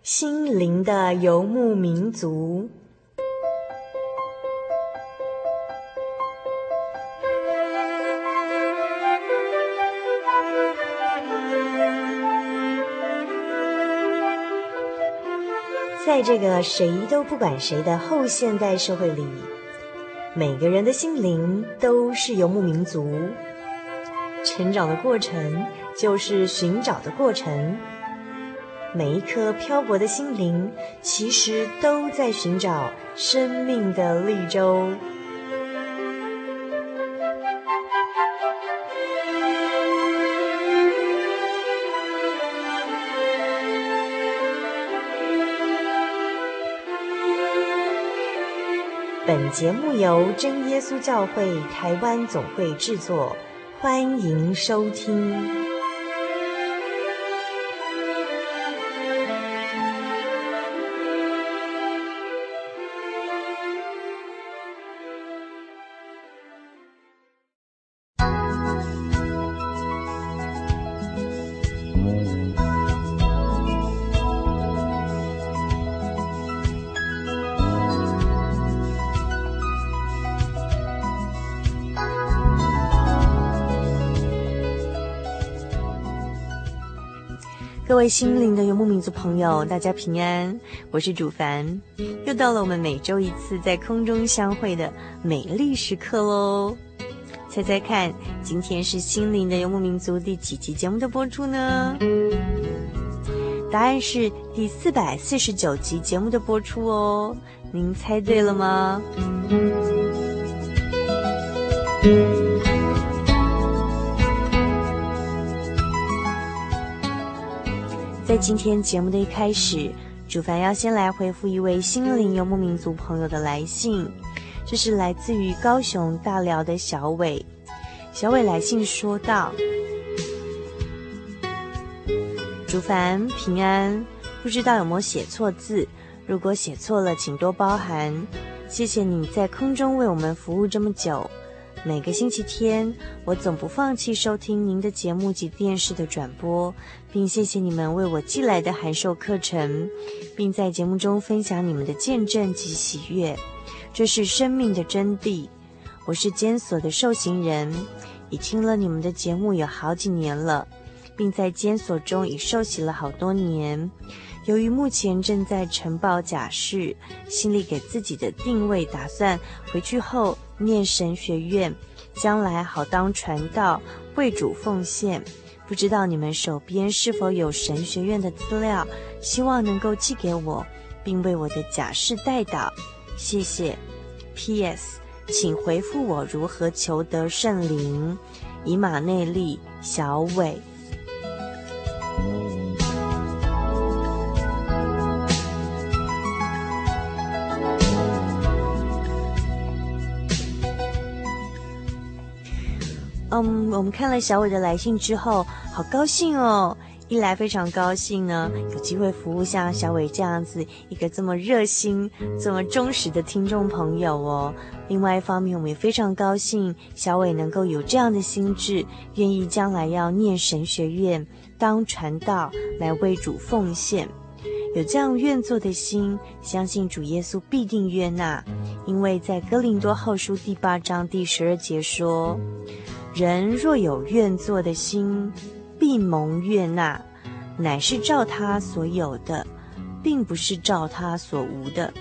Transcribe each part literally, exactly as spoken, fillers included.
心灵的游牧民族。在这个谁都不管谁的后现代社会里，每个人的心灵都是游牧民族。成长的过程就是寻找的过程，每一颗漂泊的心灵其实都在寻找生命的绿洲。本节目由真耶稣教会台湾总会制作，欢迎收听。各位心灵的游牧民族朋友，大家平安，我是主凡，又到了我们每周一次在空中相会的美丽时刻咯。猜猜看，今天是心灵的游牧民族第几集节目的播出呢？答案是第四百四十九集节目的播出哦，您猜对了吗？在今天节目的一开始，主凡要先来回复一位心灵游牧民族朋友的来信，这是来自于高雄大寮的小伟。小伟来信说道：主凡平安，不知道有没有写错字，如果写错了请多包涵，谢谢你在空中为我们服务这么久。每个星期天，我总不放弃收听您的节目及电视的转播，并谢谢你们为我寄来的函授课程，并在节目中分享你们的见证及喜悦，这是生命的真谛。我是监所的受刑人，已听了你们的节目有好几年了，并在监所中已受洗了好多年。由于目前正在承报假释，心里给自己的定位打算回去后念神学院，将来好当传道，为主奉献。不知道你们手边是否有神学院的资料，希望能够寄给我，并为我的假释代祷，谢谢。 P S 请回复我如何求得圣灵。以马内利，小伟。嗯，我们看了小伟的来信之后，好高兴哦！一来非常高兴呢，有机会服务像小伟这样子一个这么热心、这么忠实的听众朋友哦。另外一方面，我们也非常高兴小伟能够有这样的心志，愿意将来要念神学院、当传道，来为主奉献。有这样愿做的心，相信主耶稣必定悦纳，因为在哥林多后书第八章第十二节说：人若有愿做的心，必蒙悦纳，乃是照他所有的，并不是照他所无的。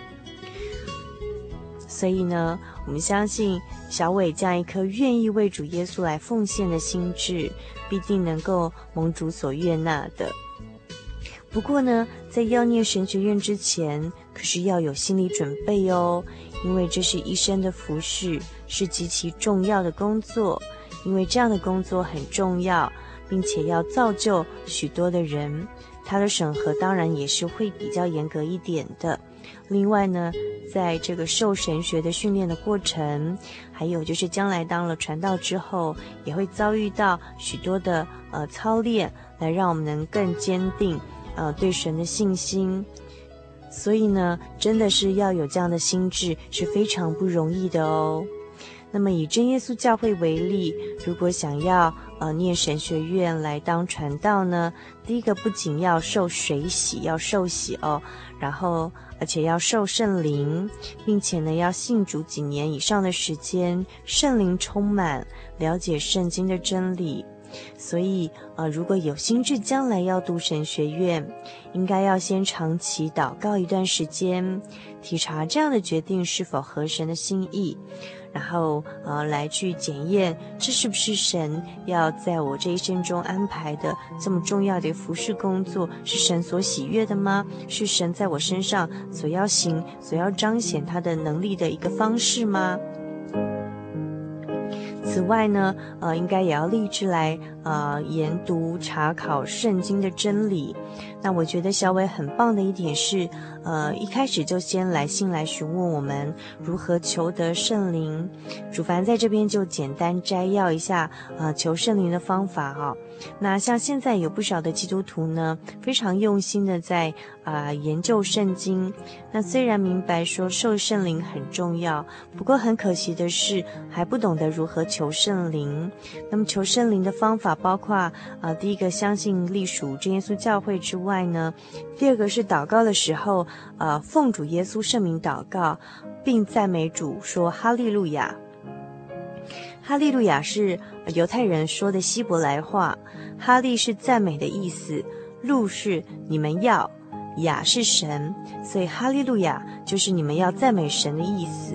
所以呢，我们相信小伟这样一颗愿意为主耶稣来奉献的心志，必定能够蒙主所悦纳的。不过呢，在要念神学院之前，可是要有心理准备哦，因为这是一生的服事，是极其重要的工作。因为这样的工作很重要，并且要造就许多的人，他的审核当然也是会比较严格一点的。另外呢，在这个受神学的训练的过程，还有就是将来当了传道之后，也会遭遇到许多的呃操练，来让我们能更坚定呃对神的信心。所以呢，真的是要有这样的心志，是非常不容易的哦。那么以真耶稣教会为例，如果想要呃念神学院来当传道呢？第一个不仅要受水洗，要受洗哦，然后而且要受圣灵，并且呢要信主几年以上的时间，圣灵充满，了解圣经的真理。所以呃，如果有心志将来要读神学院，应该要先长期祷告一段时间，体察这样的决定是否合神的心意，然后呃来去检验这是不是神要在我这一生中安排的这么重要的服事工作，是神所喜悦的吗？是神在我身上所要行、所要彰显他的能力的一个方式吗？此外呢，呃，应该也要立志来呃研读查考圣经的真理。那我觉得小伟很棒的一点是，呃，一开始就先来信来询问我们如何求得圣灵。主凡在这边就简单摘要一下，呃，求圣灵的方法哈、哦。那像现在有不少的基督徒呢，非常用心的在啊、呃、研究圣经。那虽然明白说受圣灵很重要，不过很可惜的是还不懂得如何求圣灵。那么求圣灵的方法包括啊、呃、第一个相信隶属真耶稣教会之外呢，第二个是祷告的时候呃奉主耶稣圣名祷告，并赞美主说哈利路亚。哈利路亚是犹太人说的希伯来话，哈利是赞美的意思，路是你们要，亚是神，所以哈利路亚就是你们要赞美神的意思。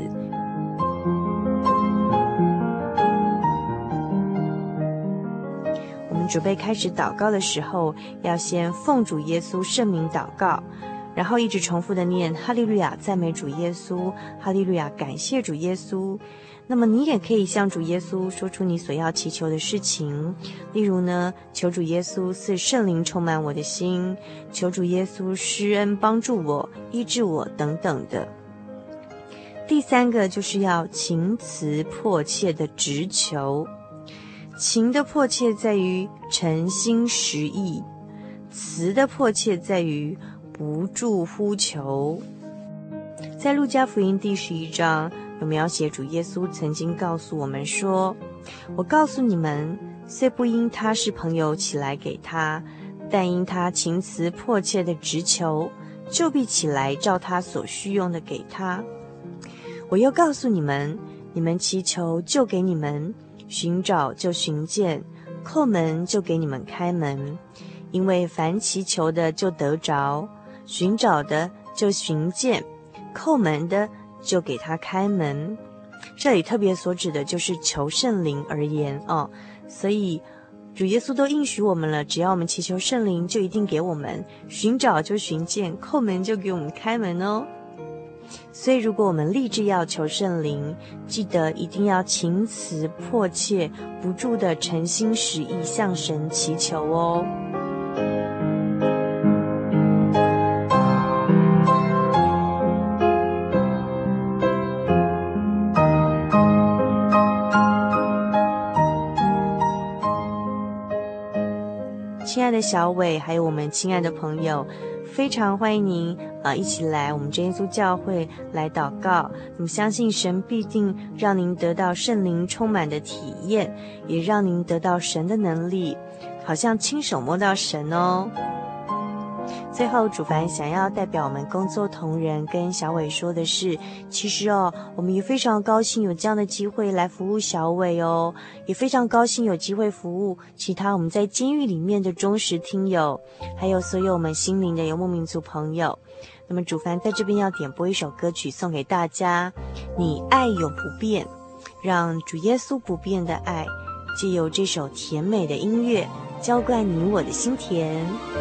我们准备开始祷告的时候，要先奉主耶稣圣名祷告，然后一直重复的念哈利路亚，赞美主耶稣，哈利路亚，感谢主耶稣。那么你也可以向主耶稣说出你所要祈求的事情，例如呢，求主耶稣赐圣灵充满我的心，求主耶稣施恩帮助我，医治我等等的。第三个就是要情辞迫切的直求，情的迫切在于诚心实意，辞的迫切在于不住呼求。在路加福音第十一章有描写主耶稣曾经告诉我们说，我告诉你们，虽不因他是朋友起来给他，但因他情辞迫切的直求，就必起来照他所需用的给他。我又告诉你们，你们祈求就给你们，寻找就寻见，叩门就给你们开门。因为凡祈求的就得着，寻找的就寻见，叩门的就给他开门。这里特别所指的就是求圣灵而言哦，所以主耶稣都应许我们了，只要我们祈求圣灵，就一定给我们，寻找就寻见，叩门就给我们开门哦。所以如果我们立志要求圣灵，记得一定要情辞迫切，不住的诚心实意向神祈求哦。亲爱的小伟，还有我们亲爱的朋友，非常欢迎您呃一起来我们真耶稣教会来祷告。我们相信神必定让您得到圣灵充满的体验，也让您得到神的能力，好像亲手摸到神哦。最后主凡想要代表我们工作同仁跟小伟说的是，其实哦，我们也非常高兴有这样的机会来服务小伟哦，也非常高兴有机会服务其他我们在监狱里面的忠实听友，还有所有我们心灵的游牧民族朋友。那么主凡在这边要点播一首歌曲送给大家，你爱永不变，让主耶稣不变的爱藉由这首甜美的音乐浇灌你我的心田。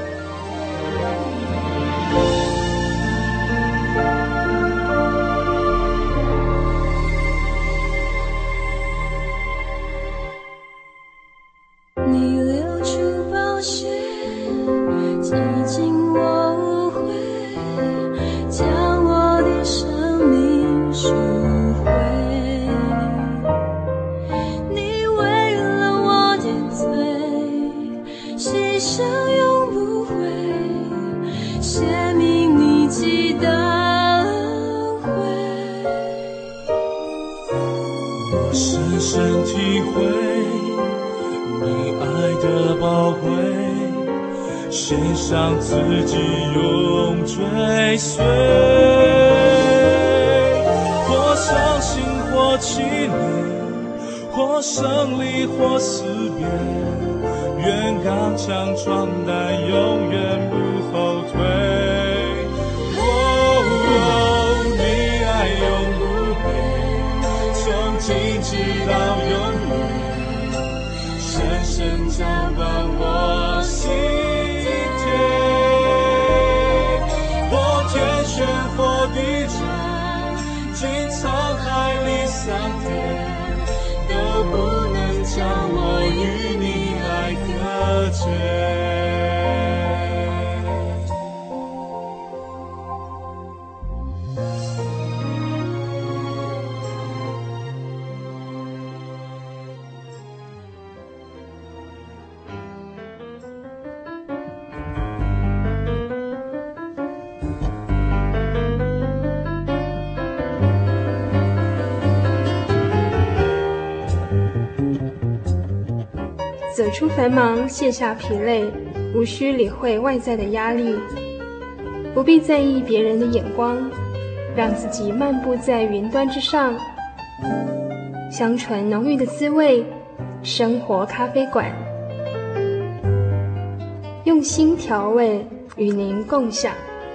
你流出宝血，洗净我污秽，将我的生命赎回。你为了我的罪牺牲永不悔，写明你记得恩惠。 我深深体会你爱后悔，献上自己永追随，或伤心或凄凉，或胜利或死别，愿刚强壮胆，永远不后退。哦哦，你爱永不变，从今直到永远，深深照亮我心田。或天旋或地转，经沧海里桑田，都不能将我与你爱隔绝。 走出繁忙，卸下疲累，无需理会外在的压力，不必在意别人的眼光，让自己漫步在云端之上，香醇浓郁的滋味，生活咖啡馆，用心调味，与您共享。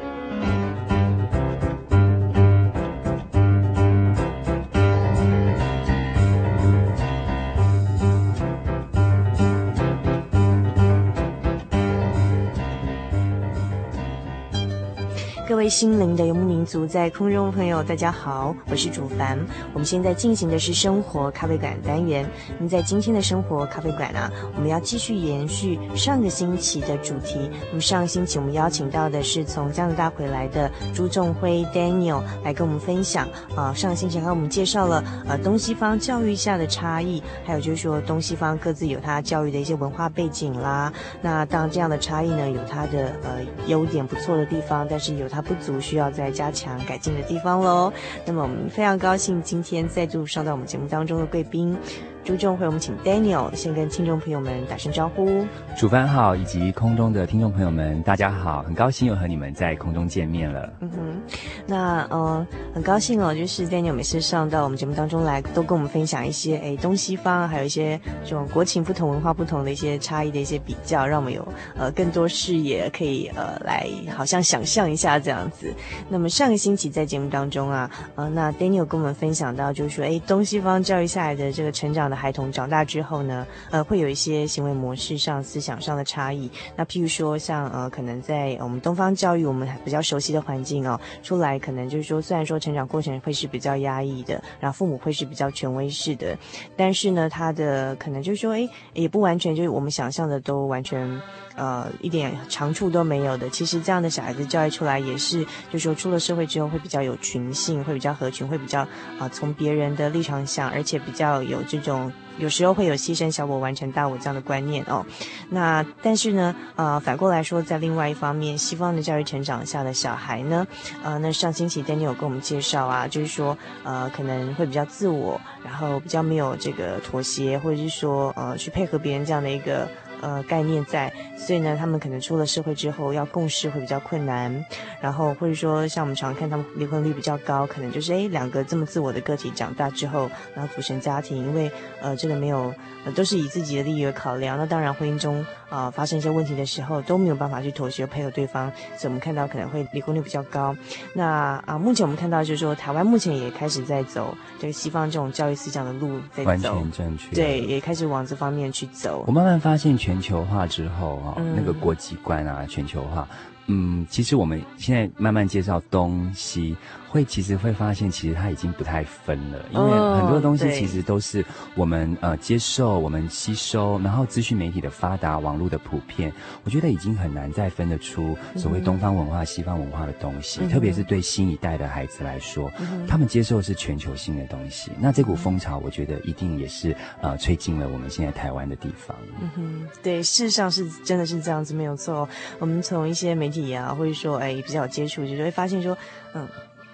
各位心灵的游牧民族，在空中朋友大家好，我是主凡。我们现在进行的是生活咖啡馆单元。那么在今天的生活咖啡馆啊，我们要继续延续上个星期的主题。那么上个星期我们邀请到的是从加拿大回来的朱仲辉 Daniel 来跟我们分享啊、呃，上个星期和我们介绍了呃东西方教育下的差异，还有就是说东西方各自有它教育的一些文化背景啦。那当这样的差异呢，有它的呃优点不错的地方，但是有它不足需要再加强改进的地方咯。那么我们非常高兴今天再度上到我们节目当中的贵宾朱仲辉，我们请 Daniel 先跟听众朋友们打声招呼。 主凡好，以及空中的听众朋友们大家好，很高兴又和你们在空中见面了。 嗯哼，那呃很高兴哦，就是 Daniel 每次上到我们节目当中来，都跟我们分享一些诶东西方还有一些这种国情不同文化不同的一些差异的一些比较，让我们有呃更多视野可以呃来好像想象一下这样子。那么上个星期在节目当中啊呃那 Daniel 跟我们分享到，就是说诶东西方教育下来的这个成长的孩童长大之后呢，呃，会有一些行为模式上、思想上的差异。那譬如说像，像呃，可能在我们东方教育我们比较熟悉的环境哦，出来可能就是说，虽然说成长过程会是比较压抑的，然后父母会是比较权威式的，但是呢，他的可能就是说，诶，也不完全就是我们想象的都完全。呃，一点长处都没有的，其实这样的小孩子教育出来也是，就是说出了社会之后会比较有群性，会比较合群，会比较啊、呃、从别人的立场想，而且比较有这种有时候会有牺牲小我完成大我这样的观念哦。那但是呢，呃，反过来说，在另外一方面，西方的教育成长下的小孩呢，呃，那上星期 Daniel 有跟我们介绍啊，就是说呃可能会比较自我，然后比较没有这个妥协，或者是说呃去配合别人这样的一个。呃，概念在，所以呢，他们可能出了社会之后要共事会比较困难，然后或者说像我们常看他们离婚率比较高，可能就是诶两个这么自我的个体长大之后，然后组成家庭，因为呃这个没有呃都是以自己的利益为考量，那当然婚姻中啊、呃、发生一些问题的时候都没有办法去妥协配合对方，所以我们看到可能会离婚率比较高。那啊、呃、目前我们看到就是说台湾目前也开始在走这个西方这种教育思想的路在走， 完全正确， 对，也开始往这方面去走。 我慢慢发现全球化之后啊、哦嗯， 那个国际观啊，全球化，嗯，其实我们现在慢慢介绍东西，会其实会发现，其实它已经不太分了，因为很多东西其实都是我们呃接受、我们吸收，然后资讯媒体的发达、网络的普遍，我觉得已经很难再分得出所谓东方文化、西方文化的东西，嗯、特别是对新一代的孩子来说，嗯、他们接受的是全球性的东西。那这股风潮，我觉得一定也是呃吹进了我们现在台湾的地方。 嗯哼，对，事实上是真的是这样子，没有错。我们从一些媒体啊，或者说哎比较有接触，就是会发现说，嗯。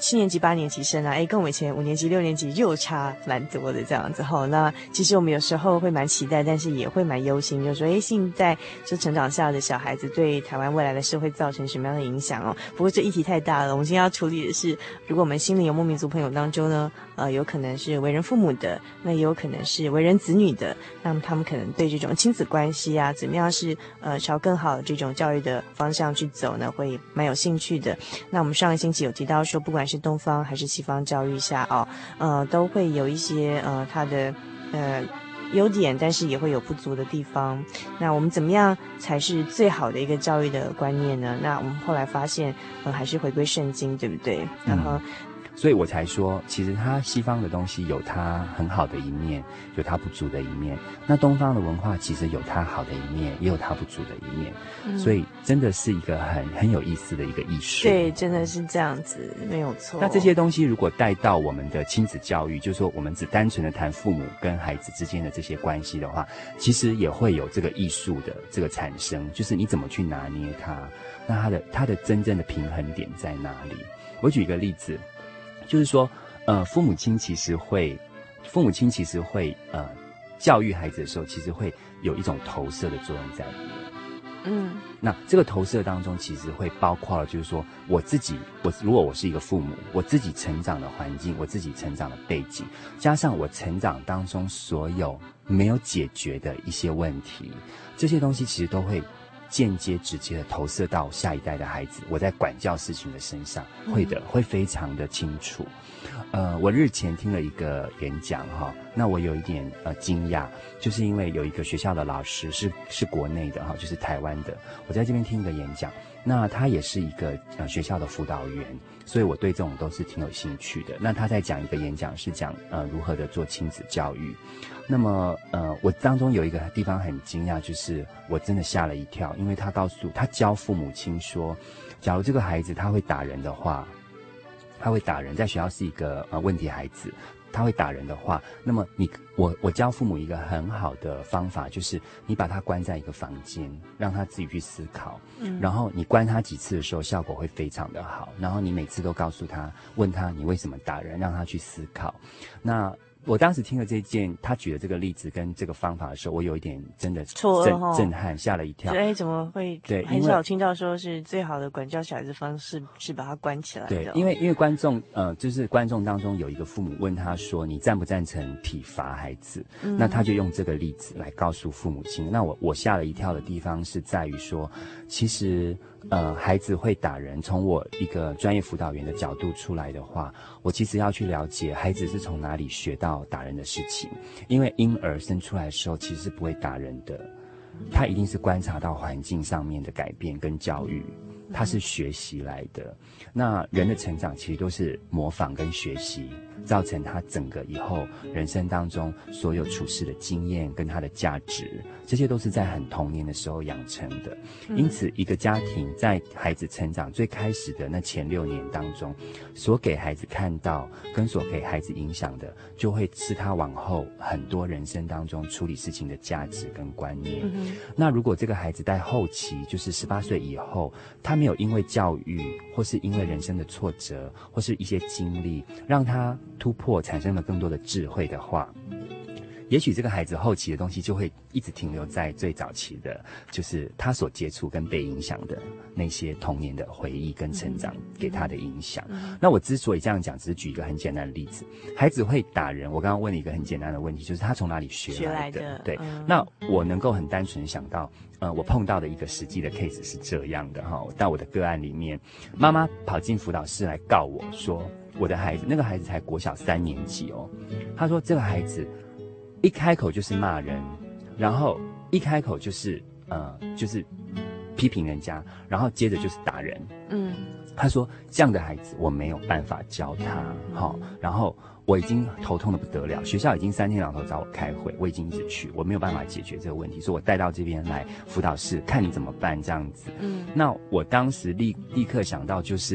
七年级八年级生啊，哎，跟我们以前五年级六年级又差蛮多的这样子哈。那其实我们有时候会蛮期待，但是也会蛮忧心，就是说哎，现在就成长下的小孩子对台湾未来的社会造成什么样的影响哦。不过这议题太大了，我们今天要处理的是，如果我们心灵游牧民族朋友当中呢，呃，有可能是为人父母的，那也有可能是为人子女的，那么他们可能对这种亲子关系啊，怎么样是呃朝更好的这种教育的方向去走呢，会蛮有兴趣的。那我们上个星期有提到说，不管是东方还是西方教育下哦，呃，都会有一些呃它的呃优点，但是也会有不足的地方。那我们怎么样才是最好的一个教育的观念呢？那我们后来发现，呃，还是回归圣经，对不对？然后。嗯， 所以我才说，其实它西方的东西有它很好的一面，有它不足的一面。那东方的文化其实有它好的一面，也有它不足的一面。嗯、所以真的是一个很很有意思的一个艺术。 对，真的是这样子，没有错。 那这些东西如果带到我们的亲子教育，就是说我们只单纯的谈父母跟孩子之间的这些关系的话，其实也会有这个艺术的这个产生，就是你怎么去拿捏它，那它的它的真正的平衡点在哪里？我举一个例子。就是说，呃，父母亲其实会，父母亲其实会，呃，教育孩子的时候，其实会有一种投射的作用在里面。嗯，那这个投射当中，其实会包括了，就是说，我自己，我如果我是一个父母，我自己成长的环境，我自己成长的背景，加上我成长当中所有没有解决的一些问题，这些东西其实都会间接直接的投射到下一代的孩子，我在管教事情的身上，会的，会非常的清楚。呃，我日前听了一个演讲哈，那我有一点呃惊讶，就是因为有一个学校的老师是是国内的哈，就是台湾的，我在这边听一个演讲，那他也是一个呃学校的辅导员，所以我对这种都是挺有兴趣的。那他在讲一个演讲是讲呃如何的做亲子教育。那么呃我当中有一个地方很惊讶，就是我真的吓了一跳，因为他告诉他教父母亲说，假如这个孩子他会打人的话，他会打人，在学校是一个呃问题孩子，他会打人的话，那么你我我教父母一个很好的方法，就是你把他关在一个房间，让他自己去思考，嗯，然后你关他几次的时候，效果会非常的好。然后你每次都告诉他，问他你为什么打人，让他去思考。那我当时听了这件他举的这个例子跟这个方法的时候，我有一点真的错愕震撼，吓了一跳。 哎，怎么会？对，很少听到说是最好的管教小孩子方式是把他关起来的。 对，因为因为观众呃，就是观众当中有一个父母问他说：“你赞不赞成体罚孩子？”嗯、那他就用这个例子来告诉父母亲。那我我吓了一跳的地方是在于说，其实。呃，孩子会打人，从我一个专业辅导员的角度出来的话，我其实要去了解孩子是从哪里学到打人的事情。因为婴儿生出来的时候其实是不会打人的，他一定是观察到环境上面的改变跟教育，他是学习来的。那人的成长其实都是模仿跟学习，造成他整个以后人生当中所有处事的经验跟他的价值，这些都是在很童年的时候养成的。因此一个家庭在孩子成长最开始的那前六年当中，所给孩子看到跟所给孩子影响的，就会是他往后很多人生当中处理事情的价值跟观念。嗯、那如果这个孩子在后期，就是十八岁以后，他没有因为教育或是因为人生的挫折或是一些经历让他突破产生了更多的智慧的话，也许这个孩子后期的东西就会一直停留在最早期的，就是他所接触跟被影响的那些童年的回忆跟成长给他的影响。嗯、那我之所以这样讲，只是举一个很简单的例子。孩子会打人，我刚刚问了一个很简单的问题，就是他从哪里学来的？ 学来的对、 嗯， 那我能够很单纯想到，呃，我碰到的一个实际的 case 是这样的哈。到我的个案里面，妈妈跑进辅导室来告我说，我的孩子，那个孩子才国小三年级哦，他说这个孩子一开口就是骂人，然后一开口就是呃就是批评人家，然后接着就是打人。嗯，他说这样的孩子我没有办法教他，好、嗯，然后我已经头痛的不得了，学校已经三天两头找我开会，我已经一直去，我没有办法解决这个问题，所以我带到这边来辅导室，看你怎么办这样子。嗯，那我当时立立刻想到就是。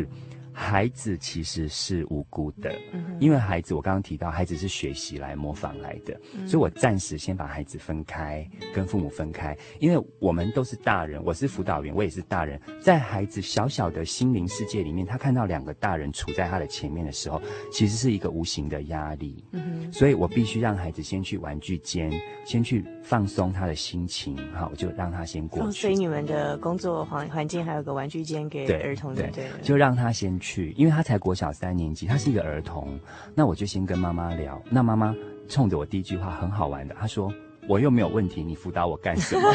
孩子其实是无辜的， 嗯、 因为孩子我刚刚提到，孩子是学习来模仿来的，嗯、所以我暂时先把孩子分开，跟父母分开，因为我们都是大人，我是辅导员，我也是大人，在孩子小小的心灵世界里面，他看到两个大人处在他的前面的时候，其实是一个无形的压力，嗯、所以我必须让孩子先去玩具间，先去放松他的心情，好，我就让他先过去。 所以你们的工作环环境还有个玩具间给儿童的，对， 就让他先去，因为他才国小三年级，他是一个儿童。那我就先跟妈妈聊，那妈妈冲着我第一句话很好玩的，她说：“我又没有问题，你辅导我干什么？”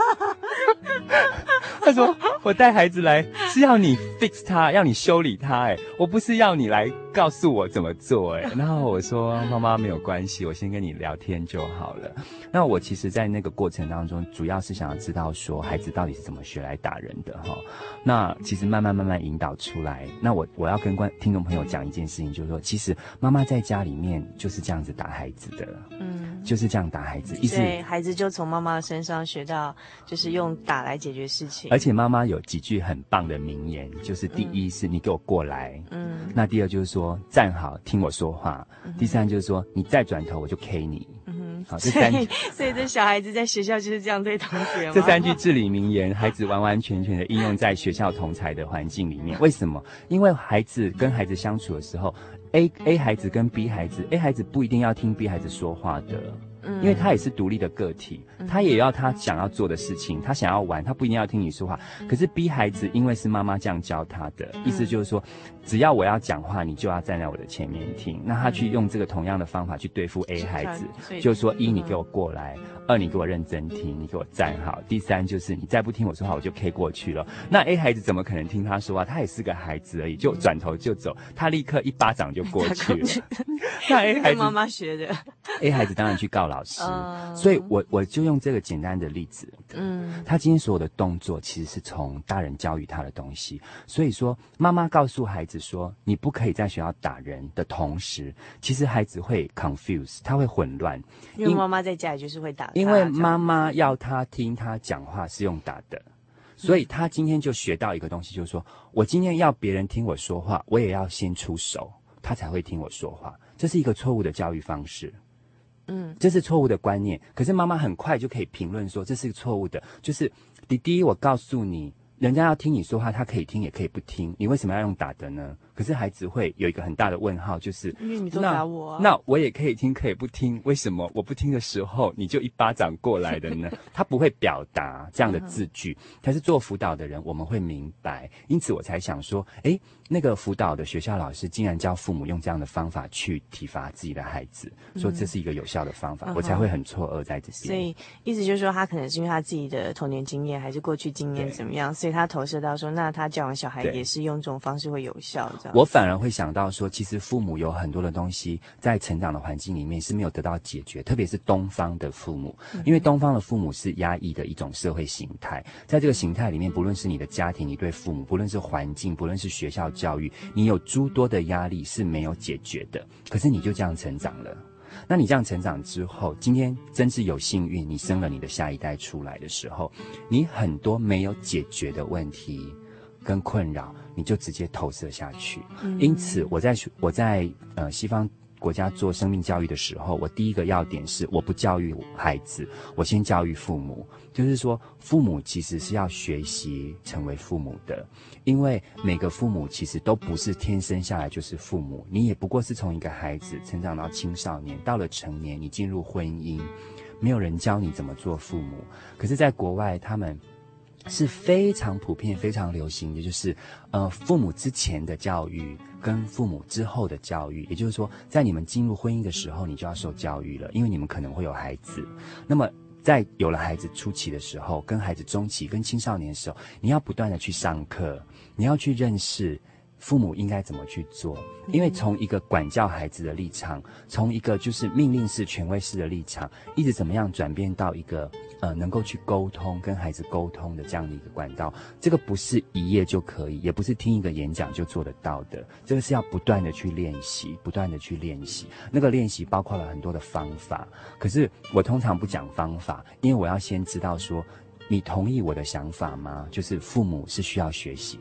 他说：“我带孩子来是要你 fix 他，要你修理他，哎，我不是要你来告诉我怎么做，哎。”然后我说：“妈妈没有关系，我先跟你聊天就好了。”那我其实，在那个过程当中，主要是想要知道说，孩子到底是怎么学来打人的哈。那其实慢慢慢慢引导出来。那我我要跟观听众朋友讲一件事情，就是说，其实妈妈在家里面就是这样子打孩子的，嗯，就是这样打孩子， 所以孩子就从妈妈身上学到，就是用打来解决事情。 而且妈妈有几句很棒的名言，就是第一是你给我过来，嗯，那第二就是说站好听我说话，嗯、第三就是说你再转头我就 K 你，嗯哼，好，这三所以所以这小孩子在学校就是这样对同学吗？ 这三句至理名言，孩子完完全全的应用在学校同侪的环境里面。为什么？因为孩子跟孩子相处的时候 ，A A 孩子跟 B 孩子 ，A 孩子不一定要听 B 孩子说话的。因为他也是独立的个体，他也要他想要做的事情，他想要玩，他不一定要听你说话。可是 B 孩子因为是妈妈这样教他的，意思就是说，只要我要讲话，你就要站在我的前面听。那他去用这个同样的方法去对付 A 孩子，就是说一你给我过来，二你给我认真听，你给我站好，第三就是你再不听我说话，我就 K 过去了。那 A 孩子怎么可能听他说话？他也是个孩子而已，就转头就走，他立刻一巴掌就过去了。那 A 孩子妈妈学的 ，A 孩子当然去告老师，uh, 所以我我就用这个简单的例子，嗯，他今天所有的动作其实是从大人教育他的东西，所以说妈妈告诉孩子说你不可以在学校打人的同时，其实孩子会 confuse， 他会混乱， 因为妈妈在家里就是会打他， 因为妈妈要他听他讲话是用打的。所以他今天就学到一个东西，就是说我今天要别人听我说话，我也要先出手，他才会听我说话。这是一个错误的教育方式，嗯，这是错误的观念。可是妈妈很快就可以评论说这是错误的，就是弟弟，我告诉你，人家要听你说话，他可以听也可以不听，你为什么要用打的呢？可是孩子会有一个很大的问号，就是因为你都打我啊， 那那我也可以听可以不听，为什么我不听的时候你就一巴掌过来的呢？他不会表达这样的字句，可是做辅导的人我们会明白，因此我才想说，诶，那个辅导的学校老师竟然教父母用这样的方法去体罚自己的孩子，说这是一个有效的方法，嗯、我才会很错愕在这边。 所以意思就是说，他可能是因为他自己的童年经验还是过去经验怎么样，所以他投射到说，那他教养小孩也是用这种方式会有效。 我反而会想到说，其实父母有很多的东西在成长的环境里面是没有得到解决，特别是东方的父母，因为东方的父母是压抑的一种社会形态，在这个形态里面，不论是你的家庭，你对父母，不论是环境，不论是学校教育，你有诸多的压力是没有解决的，可是你就这样成长了。那你这样成长之后，今天真是有幸运，你生了你的下一代出来的时候，你很多没有解决的问题跟困扰，你就直接投射下去。嗯、因此，我在我在呃西方国家做生命教育的时候，我第一个要点是，我不教育孩子，我先教育父母。就是说，父母其实是要学习成为父母的，因为每个父母其实都不是天生下来就是父母，你也不过是从一个孩子成长到青少年，到了成年，你进入婚姻，没有人教你怎么做父母。可是在国外，他们是非常普遍、非常流行的，就是呃，父母之前的教育跟父母之后的教育，也就是说，在你们进入婚姻的时候，你就要受教育了，因为你们可能会有孩子。那么在有了孩子初期的时候，跟孩子中期、跟青少年的时候，你要不断的去上课，你要去认识父母应该怎么去做，因为从一个管教孩子的立场，从一个就是命令式、权威式的立场，一直怎么样转变到一个呃能够去沟通、跟孩子沟通的这样的一个管道，这个不是一夜就可以，也不是听一个演讲就做得到的，这个是要不断的去练习，不断的去练习。那个练习包括了很多的方法，可是我通常不讲方法，因为我要先知道说，你同意我的想法吗？就是父母是需要学习的。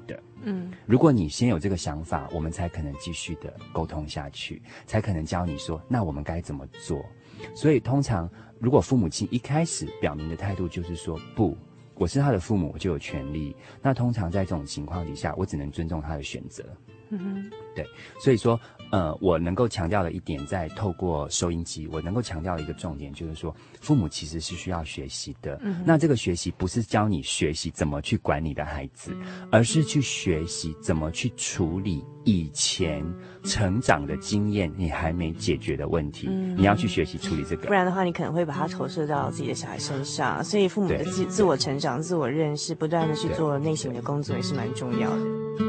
嗯，如果你先有这个想法，我们才可能继续的沟通下去，才可能教你说，那我们该怎么做。所以通常如果父母亲一开始表明的态度就是说，不，我是他的父母，我就有权利，那通常在这种情况底下，我只能尊重他的选择。嗯哼，对，所以说，呃，我能够强调的一点，在透过收音机，我能够强调的一个重点就是说，父母其实是需要学习的。嗯，那这个学习不是教你学习怎么去管你的孩子，而是去学习怎么去处理以前成长的经验你还没解决的问题。嗯，你要去学习处理这个， 不然的话，你可能会把它投射到自己的小孩身上。所以，父母的自自我成长、自我认识，不断的去做内省的工作，也是蛮重要的。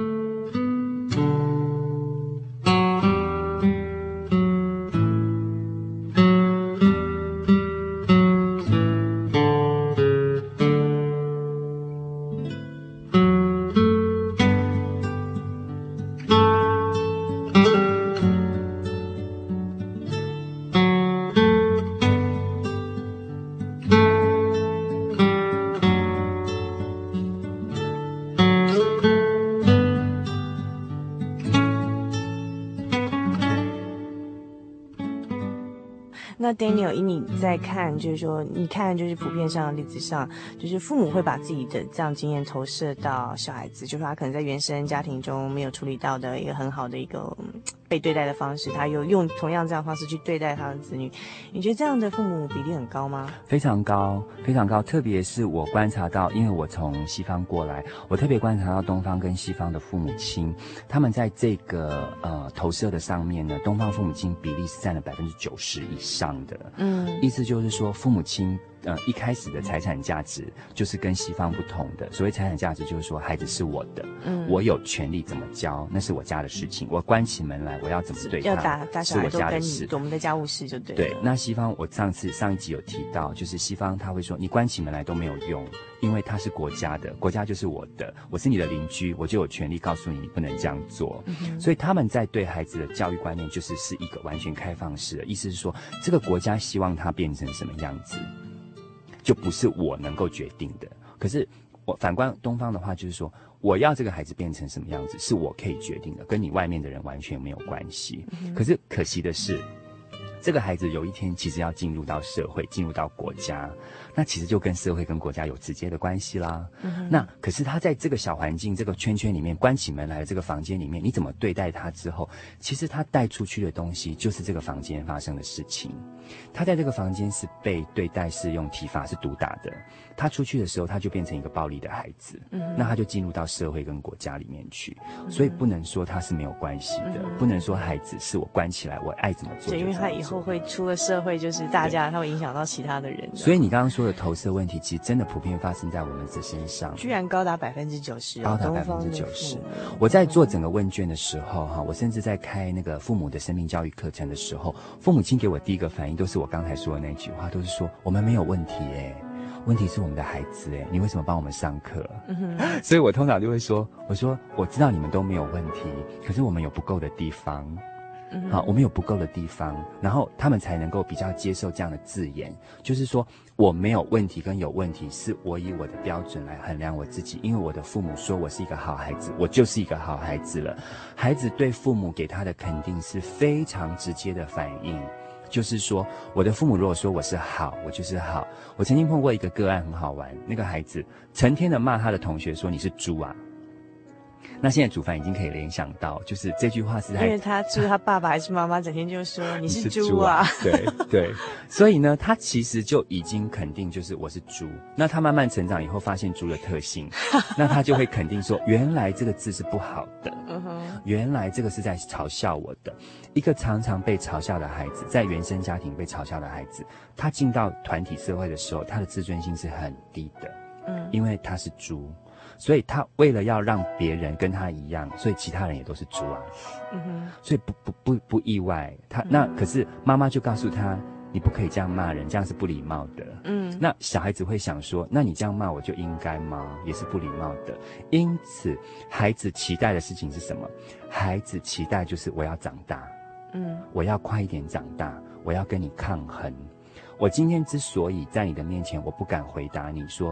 那 Daniel， 以你在看，就是说，你看，就是普遍上的例子上，就是父母会把自己的这样经验投射到小孩子，就是说他可能在原生家庭中没有处理到的一个很好的一个被对待的方式，他又用同样这样的方式去对待他的子女。你觉得这样的父母比例很高吗？ 非常高，非常高。特别是我观察到，因为我从西方过来，我特别观察到东方跟西方的父母亲，他们在这个呃投射的上面呢，东方父母亲比例是占了百分之九十以上的。嗯，意思就是说，父母亲呃一开始的财产价值就是跟西方不同的。所谓财产价值，就是说孩子是我的，嗯，我有权利怎么教，那是我家的事情。我关起门来，我要怎么对他， 要打打小孩都跟你我们的家务事就对了。 对，那西方我上次上一集有提到，就是西方他会说，你关起门来都没有用，因为它是国家的，国家就是我的，我是你的邻居，我就有权利告诉你你不能这样做。嗯，所以他们在对孩子的教育观念就是是一个完全开放式的，意思是说这个国家希望他变成什么样子，就不是我能够决定的。可是我反观东方的话，就是说我要这个孩子变成什么样子是我可以决定的，跟你外面的人完全没有关系。嗯，可是可惜的是，这个孩子有一天其实要进入到社会，进入到国家，那其实就跟社会跟国家有直接的关系啦。嗯，那可是他在这个小环境这个圈圈里面，关起门来的这个房间里面，你怎么对待他之后，其实他带出去的东西就是这个房间发生的事情。他在这个房间是被对待是用体罚是毒打的，他出去的时候他就变成一个暴力的孩子。嗯，那他就进入到社会跟国家里面去。嗯，所以不能说他是没有关系的。嗯，不能说孩子是我关起来我爱怎么做就怎么做。 对，因为他以后会出了社会，就是大家他会影响到其他的人。 所以你刚刚说的投射问题其实真的普遍发生在我们的身上， 居然高达百分之九十， 高达百分之九十。我在做整个问卷的时候哈，我甚至在开那个父母的生命教育课程的时候，父母亲给我第一个反应都是我刚才说的那句话，都是说我们没有问题耶，问题是我们的孩子哎，你为什么帮我们上课？嗯，所以我通常就会说，我说我知道你们都没有问题，可是我们有不够的地方。好，我们有不够的地方，然后他们才能够比较接受这样的字眼，就是说我没有问题跟有问题是我以我的标准来衡量我自己，因为我的父母说我是一个好孩子，我就是一个好孩子了。孩子对父母给他的肯定是非常直接的反应，就是说我的父母如果说我是好，我就是好。我曾经碰过一个个案很好玩，那个孩子成天的骂他的同学说你是猪啊。那现在主凡已经可以联想到，就是这句话是在， 因为他猪他爸爸还是妈妈整天就说你是猪啊， 对对，所以呢，他其实就已经肯定就是我是猪。那他慢慢成长以后，发现猪的特性，那他就会肯定说，原来这个字是不好的，原来这个是在嘲笑我的。一个常常被嘲笑的孩子，在原生家庭被嘲笑的孩子，他进到团体社会的时候，他的自尊心是很低的，嗯，因为他是猪。所以他为了要让别人跟他一样，所以其他人也都是猪啊。嗯哼，所以不不不不意外。他那可是妈妈就告诉他，你不可以这样骂人，这样是不礼貌的。嗯，那小孩子会想说，那你这样骂我就应该吗？也是不礼貌的。因此，孩子期待的事情是什么？孩子期待就是我要长大，嗯，我要快一点长大，我要跟你抗衡。我今天之所以在你的面前，我不敢回答你说。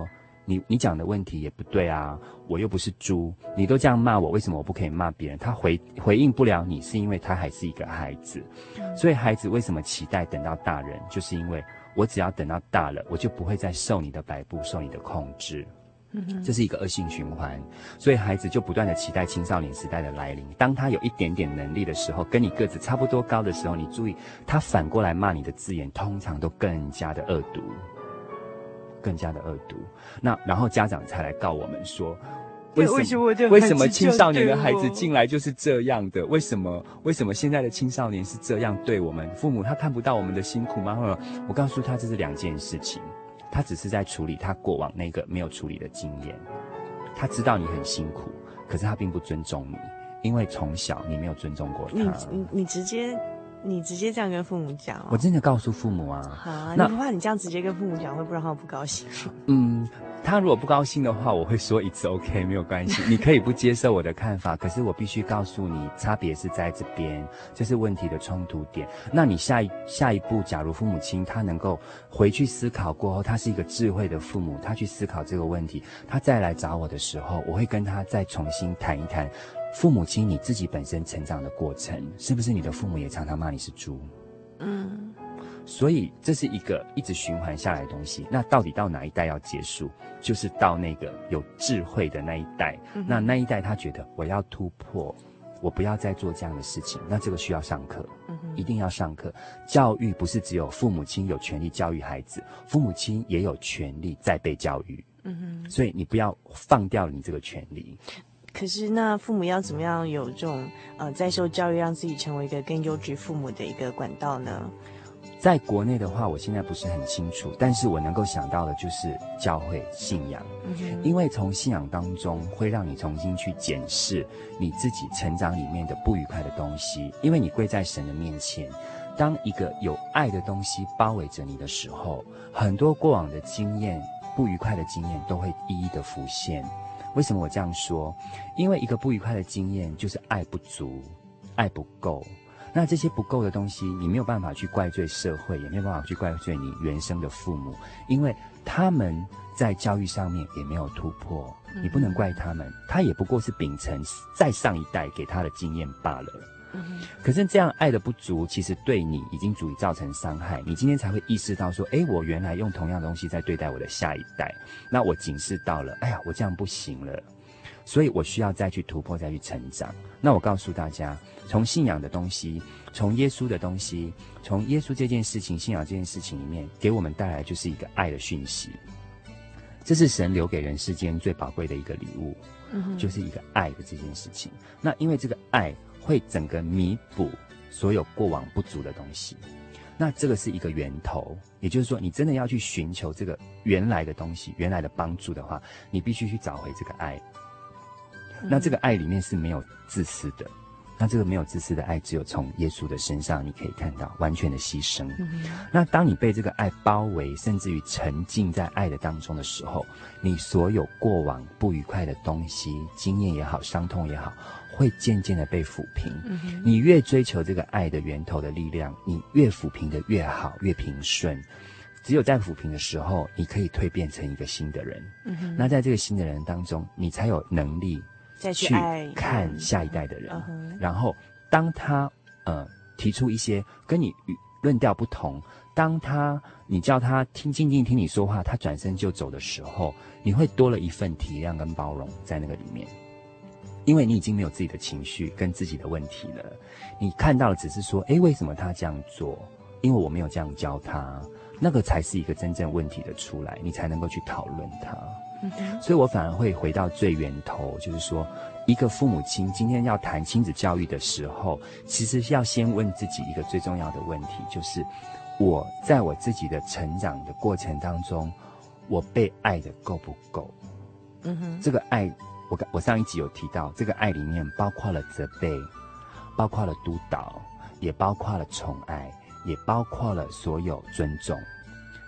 你你讲的问题也不对啊，我又不是猪，你都这样骂我，为什么我不可以骂别人？他回回应不了你，是因为他还是一个孩子。所以孩子为什么期待等到大人，就是因为我只要等到大了，我就不会再受你的摆布，受你的控制。这是一个恶性循环，所以孩子就不断的期待青少年时代的来临。当他有一点点能力的时候，跟你个子差不多高的时候，你注意，他反过来骂你的字眼，通常都更加的恶毒，更加的恶毒。那然后家长才来告我们说，为什么为什么青少年的孩子进来就是这样的？为什么为什么现在的青少年是这样对我们？父母他看不到我们的辛苦吗？我告诉他，这是两件事情。他只是在处理他过往那个没有处理的经验，他知道你很辛苦，可是他并不尊重你，因为从小你没有尊重过他。 你你你直接你直接这样跟父母讲、哦？ 我真的告诉父母啊。 好啊，你不怕你这样直接跟父母讲会不让他不高兴？ 嗯，他如果不高兴的话，我会说 it's OK， 没有关系，你可以不接受我的看法，可是我必须告诉你，差别是在这边，这是问题的冲突点。那你下一下一步，假如父母亲他能够回去思考过后，他是一个智慧的父母，他去思考这个问题，他再来找我的时候，我会跟他再重新谈一谈，父母亲你自己本身成长的过程，是不是你的父母也常常骂你是猪？嗯。所以这是一个一直循环下来的东西。那到底到哪一代要结束？就是到那个有智慧的那一代。嗯、那那一代他觉得我要突破，我不要再做这样的事情。那这个需要上课，嗯、一定要上课。教育不是只有父母亲有权利教育孩子，父母亲也有权利再被教育。嗯、所以你不要放掉你这个权利。 可是那父母要怎么样有这种呃在受教育，让自己成为一个更优质父母的一个管道呢？ 在国内的话，我现在不是很清楚，但是我能够想到的就是教会信仰，嗯、因为从信仰当中会让你重新去检视你自己成长里面的不愉快的东西，因为你跪在神的面前，当一个有爱的东西包围着你的时候，很多过往的经验、不愉快的经验都会一一的浮现。为什么我这样说？因为一个不愉快的经验就是爱不足、爱不够。那这些不够的东西，你没有办法去怪罪社会，也没有办法去怪罪你原生的父母，因为他们在教育上面也没有突破，你不能怪他们，他也不过是秉承再上一代给他的经验罢了。可是这样爱的不足，其实对你已经足以造成伤害，你今天才会意识到说，诶，我原来用同样的东西在对待我的下一代，那我警示到了，哎呀，我这样不行了，所以我需要再去突破，再去成长。那我告诉大家，从信仰的东西，从耶稣的东西，从耶稣这件事情，信仰这件事情里面，给我们带来就是一个爱的讯息。这是神留给人世间最宝贵的一个礼物，嗯、就是一个爱的这件事情。那因为这个爱会整个弥补所有过往不足的东西，那这个是一个源头，也就是说，你真的要去寻求这个原来的东西，原来的帮助的话，你必须去找回这个爱。那这个爱里面是没有自私的，那这个没有自私的爱，只有从耶稣的身上你可以看到完全的牺牲。嗯、那当你被这个爱包围，甚至于沉浸在爱的当中的时候，你所有过往不愉快的东西，经验也好，伤痛也好，会渐渐的被抚平。嗯、你越追求这个爱的源头的力量，你越抚平的越好，越平顺。只有在抚平的时候，你可以蜕变成一个新的人。嗯、那在这个新的人当中，你才有能力再去爱看下一代的人，嗯、然后当他呃提出一些跟你论调不同，当他你叫他听静静听你说话，他转身就走的时候，你会多了一份体谅跟包容在那个里面，因为你已经没有自己的情绪跟自己的问题了，你看到的只是说，诶，为什么他这样做？因为我没有这样教他，那个才是一个真正问题的出来，你才能够去讨论它。所以我反而会回到最源头，就是说，一个父母亲今天要谈亲子教育的时候，其实要先问自己一个最重要的问题，就是我在我自己的成长的过程当中，我被爱的够不够？嗯哼，这个爱，我我上一集有提到，这个爱里面包括了责备，包括了督导，也包括了宠爱，也包括了所有尊重。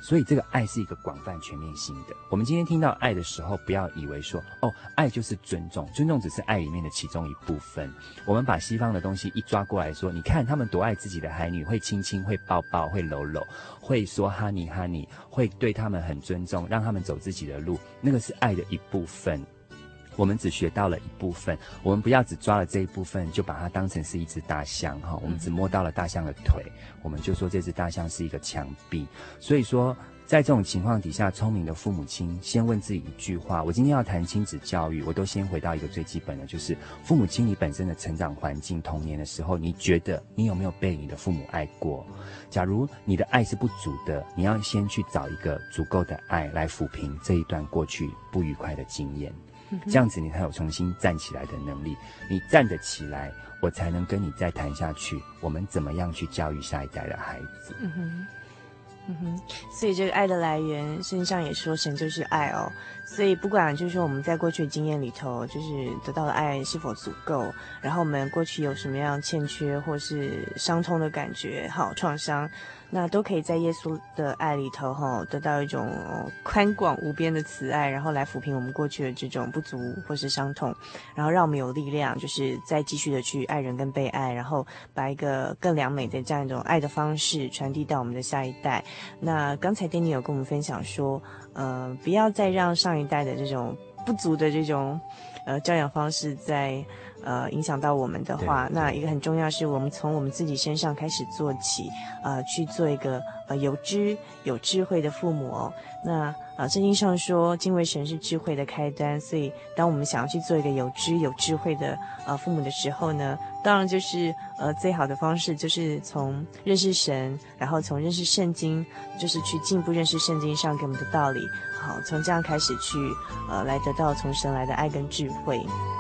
所以这个爱是一个广泛全面性的。我们今天听到爱的时候，不要以为说哦，爱就是尊重，尊重只是爱里面的其中一部分。我们把西方的东西一抓过来说，你看他们多爱自己的孩女，会亲亲，会抱抱，会搂搂，会说 honey honey， 会对他们很尊重，让他们走自己的路，那个是爱的一部分。我们只学到了一部分，我们不要只抓了这一部分就把它当成是一只大象哈，我们只摸到了大象的腿，我们就说这只大象是一个墙壁。所以说在这种情况底下，聪明的父母亲先问自己一句话，我今天要谈亲子教育，我都先回到一个最基本的，就是父母亲你本身的成长环境，童年的时候你觉得你有没有被你的父母爱过？假如你的爱是不足的，你要先去找一个足够的爱来抚平这一段过去不愉快的经验，这样子你才有重新站起来的能力。你站得起来，我才能跟你再谈下去，我们怎么样去教育下一代的孩子。 嗯哼嗯哼，所以这个爱的来源，圣经上也说神就是爱哦。所以不管就是说我们在过去的经验里头，就是得到的爱是否足够，然后我们过去有什么样欠缺或是伤痛的感觉，好创伤，那都可以在耶稣的爱里头哈、哦，得到一种、哦、宽广无边的慈爱，然后来抚平我们过去的这种不足或是伤痛，然后让我们有力量，就是再继续的去爱人跟被爱，然后把一个更良美的这样一种爱的方式传递到我们的下一代。那刚才 Danny 有跟我们分享说，呃，不要再让上一代的这种不足的这种呃教养方式在呃影响到我们的话，那一个很重要是我们从我们自己身上开始做起，呃，去做一个呃有知有智慧的父母哦。那呃，圣经上说敬畏神是智慧的开端，所以当我们想要去做一个有知有智慧的呃父母的时候呢，当然就是呃最好的方式就是从认识神，然后从认识圣经，就是去进一步认识圣经上给我们的道理，好，从这样开始去呃来得到从神来的爱跟智慧。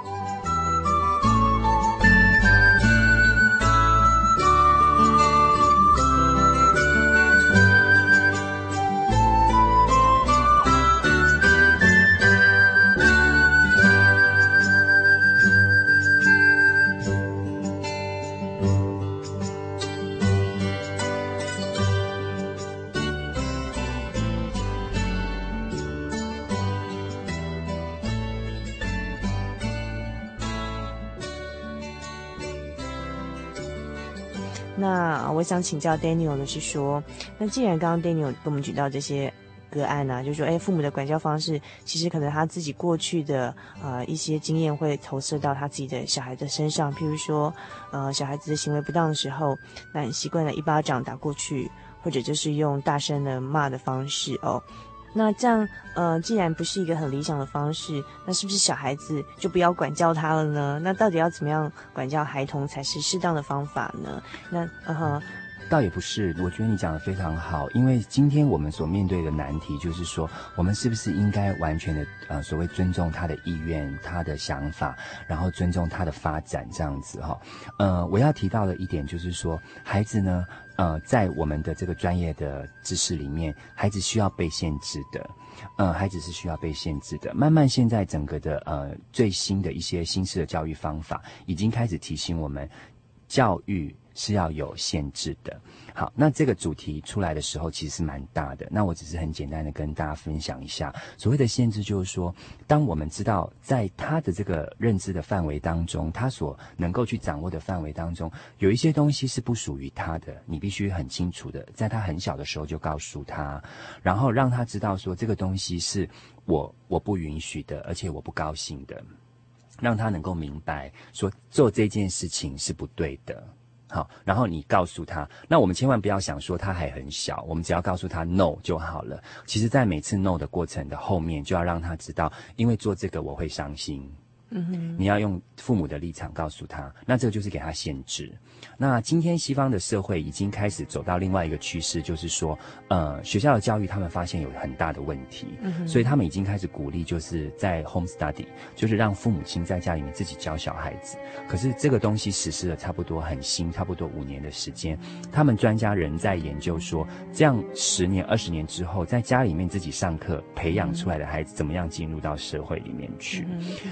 那我想请教 Daniel 的是说，那既然刚刚 Daniel 跟我们举到这些个案啊，就是说，哎，父母的管教方式，其实可能他自己过去的呃一些经验会投射到他自己的小孩的身上，譬如说，呃，小孩子的行为不当的时候，那你习惯了一巴掌打过去，或者就是用大声的骂的方式哦。那这样，呃，既然不是一个很理想的方式，那是不是小孩子就不要管教他了呢？那到底要怎么样管教孩童才是适当的方法呢？那，嗯哼。 倒也不是，我觉得你讲得非常好，因为今天我们所面对的难题就是说，我们是不是应该完全的呃所谓尊重他的意愿、他的想法，然后尊重他的发展这样子哈。呃，我要提到的一点就是说，孩子呢，呃，在我们的这个专业的知识里面，孩子需要被限制的。呃，孩子是需要被限制的。慢慢现在整个的呃最新的一些新式的教育方法，已经开始提醒我们，教育是要有限制的。好，那这个主题出来的时候其实是蛮大的，那我只是很简单的跟大家分享一下。所谓的限制就是说，当我们知道在他的这个认知的范围当中，他所能够去掌握的范围当中，有一些东西是不属于他的，你必须很清楚的在他很小的时候就告诉他，然后让他知道说这个东西是我我不允许的，而且我不高兴的，让他能够明白说做这件事情是不对的。好，然后你告诉他，那我们千万不要想说他还很小，我们只要告诉他 no 就好了。其实在每次 no 的过程的后面，就要让他知道，因为做这个我会伤心。嗯哼，你要用父母的立场告诉他，那这个就是给他限制。那今天西方的社会已经开始走到另外一个趋势，就是说，呃，学校的教育他们发现有很大的问题，嗯、所以他们已经开始鼓励，就是在 home study， 就是让父母亲在家里面自己教小孩子。可是这个东西实施了差不多很新，差不多五年的时间，他们专家仍在研究说，这样十年、二十年之后，在家里面自己上课培养出来的孩子，怎么样进入到社会里面去？嗯、那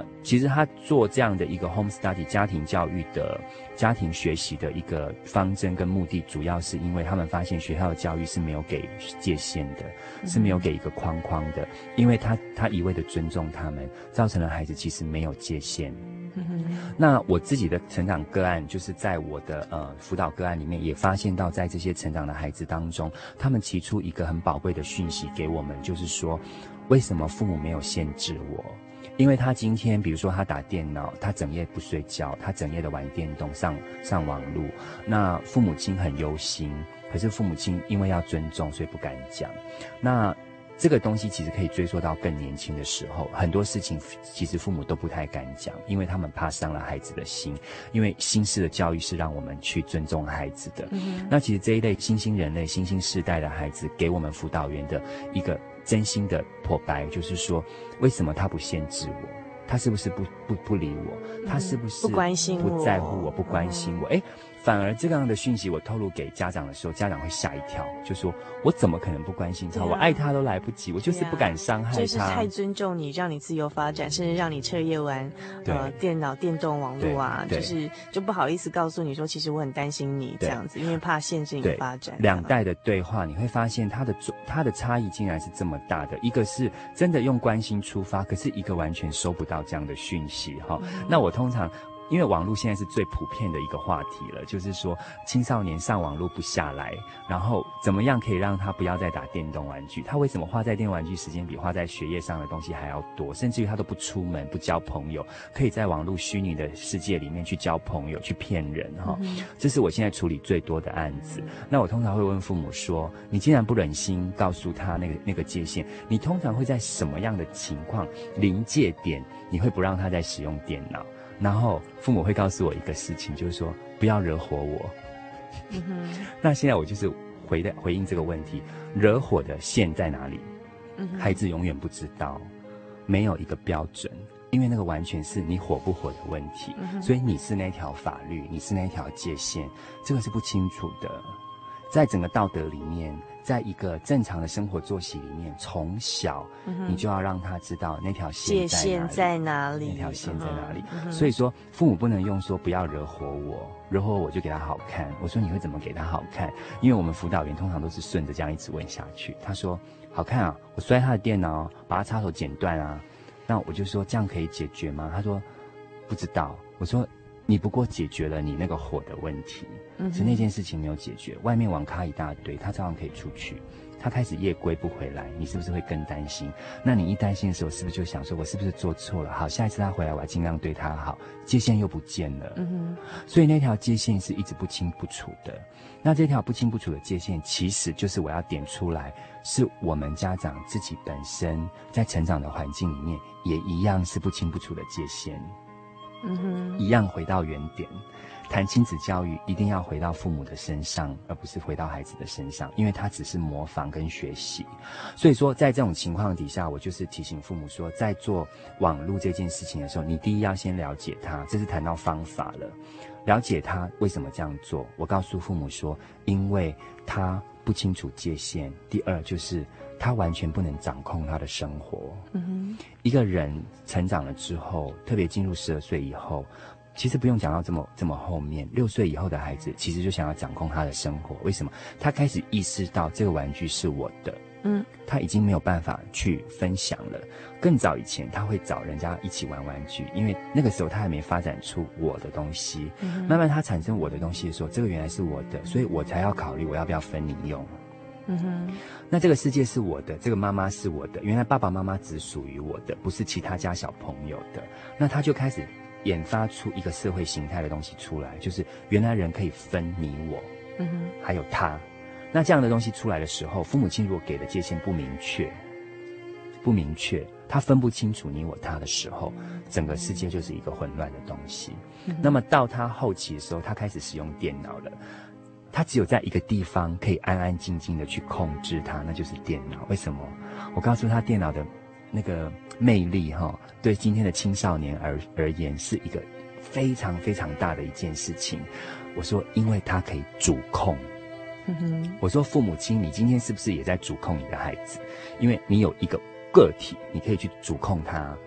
其实他做这样的一个 home study 家庭教育的家庭学习的一个方针跟目的，主要是因为他们发现学校的教育是没有给界限的，是没有给一个框框的，因为他他一味的尊重他们，造成了孩子其实没有界限。那我自己的成长个案，就是在我的呃辅导个案里面，也发现到在这些成长的孩子当中，他们提出一个很宝贵的讯息给我们，就是说，为什么父母没有限制我？因为他今天，比如说他打电脑，他整夜不睡觉，他整夜的玩电动、上上网路，那父母亲很忧心，可是父母亲因为要尊重，所以不敢讲。那这个东西其实可以追溯到更年轻的时候，很多事情其实父母都不太敢讲，因为他们怕伤了孩子的心，因为新式的教育是让我们去尊重孩子的。嗯、那其实这一类新兴人类、新兴世代的孩子，给我们辅导员的一个真心的剖白，就是说，为什么他不限制我？他是不是不不不理我？他是不是不关心我？ 不在乎我？不关心我？哎。反而这样的讯息我透露给家长的时候，家长会吓一跳，就说我怎么可能不关心他、啊、我爱他都来不及，我就是不敢伤害他， 就是太尊重你，让你自由发展，甚至让你彻夜玩呃电脑电动网络啊，就是就不好意思告诉你说其实我很担心你这样子，因为怕限制你的发展。 两代的对话你会发现他的他的差异竟然是这么大的，一个是真的用关心出发，可是一个完全收不到这样的讯息哈、嗯。那我通常因为网络现在是最普遍的一个话题了，就是说青少年上网络不下来，然后怎么样可以让他不要再打电动玩具？他为什么花在电动玩具时间比花在学业上的东西还要多？甚至于他都不出门，不交朋友，可以在网络虚拟的世界里面去交朋友，去骗人哈、嗯。这是我现在处理最多的案子。那我通常会问父母说：你既然不忍心告诉他那个那个界限，你通常会在什么样的情况临界点，你会不让他再使用电脑？然后父母会告诉我一个事情，就是说不要惹火我。嗯哼。那现在我就是回的回应这个问题，惹火的线在哪里？嗯哼。孩子永远不知道，没有一个标准，因为那个完全是你火不火的问题。嗯、所以你是那条法律，你是那条界限，这个是不清楚的。在整个道德里面，在一个正常的生活作息里面，从小、嗯、你就要让他知道那条线在哪里，界限在哪里，那条线在哪里、嗯。所以说，父母不能用说不要惹火我，惹火我就给他好看。我说你会怎么给他好看？因为我们辅导员通常都是顺着这样一直问下去。他说好看啊，我摔他的电脑，把他插头剪断啊。那我就说这样可以解决吗？他说不知道。我说你不过解决了你那个火的问题，嗯，是那件事情没有解决。外面网咖一大堆，他照样可以出去。他开始夜归不回来，你是不是会更担心？那你一担心的时候，是不是就想说，我是不是做错了？好，下一次他回来，我要尽量对他好。界限又不见了，嗯哼。所以那条界限是一直不清不楚的。那这条不清不楚的界限，其实就是我要点出来，是我们家长自己本身在成长的环境里面，也一样是不清不楚的界限。嗯哼，一样回到原点。谈亲子教育一定要回到父母的身上，而不是回到孩子的身上，因为他只是模仿跟学习。所以说在这种情况底下，我就是提醒父母说，在做网络这件事情的时候，你第一要先了解他，这是谈到方法了，了解他为什么这样做。我告诉父母说，因为他不清楚界限。第二就是他完全不能掌控他的生活。嗯哼，一个人成长了之后，特别进入十二岁以后，其实不用讲到这么这么后面，六岁以后的孩子其实就想要掌控他的生活。为什么？他开始意识到这个玩具是我的，嗯，他已经没有办法去分享了。更早以前他会找人家一起玩玩具，因为那个时候他还没发展出我的东西。嗯，慢慢他产生我的东西的时候，这个原来是我的，所以我才要考虑我要不要分你用。嗯哼，那这个世界是我的，这个妈妈是我的，原来爸爸妈妈只属于我的，不是其他家小朋友的。那他就开始研发出一个社会形态的东西出来，就是原来人可以分你我，嗯哼，还有他。那这样的东西出来的时候，父母亲如果给的界限不明确，不明确，他分不清楚你我他的时候，整个世界就是一个混乱的东西。嗯，那么到他后期的时候，他开始使用电脑了。他只有在一个地方可以安安静静的去控制它，那就是电脑。为什么？我告诉他，电脑的那个魅力哈，对今天的青少年而而言是一个非常非常大的一件事情。我说，因为它可以主控。嗯哼，我说，父母亲，你今天是不是也在主控你的孩子？因为你有一个个体，你可以去主控他。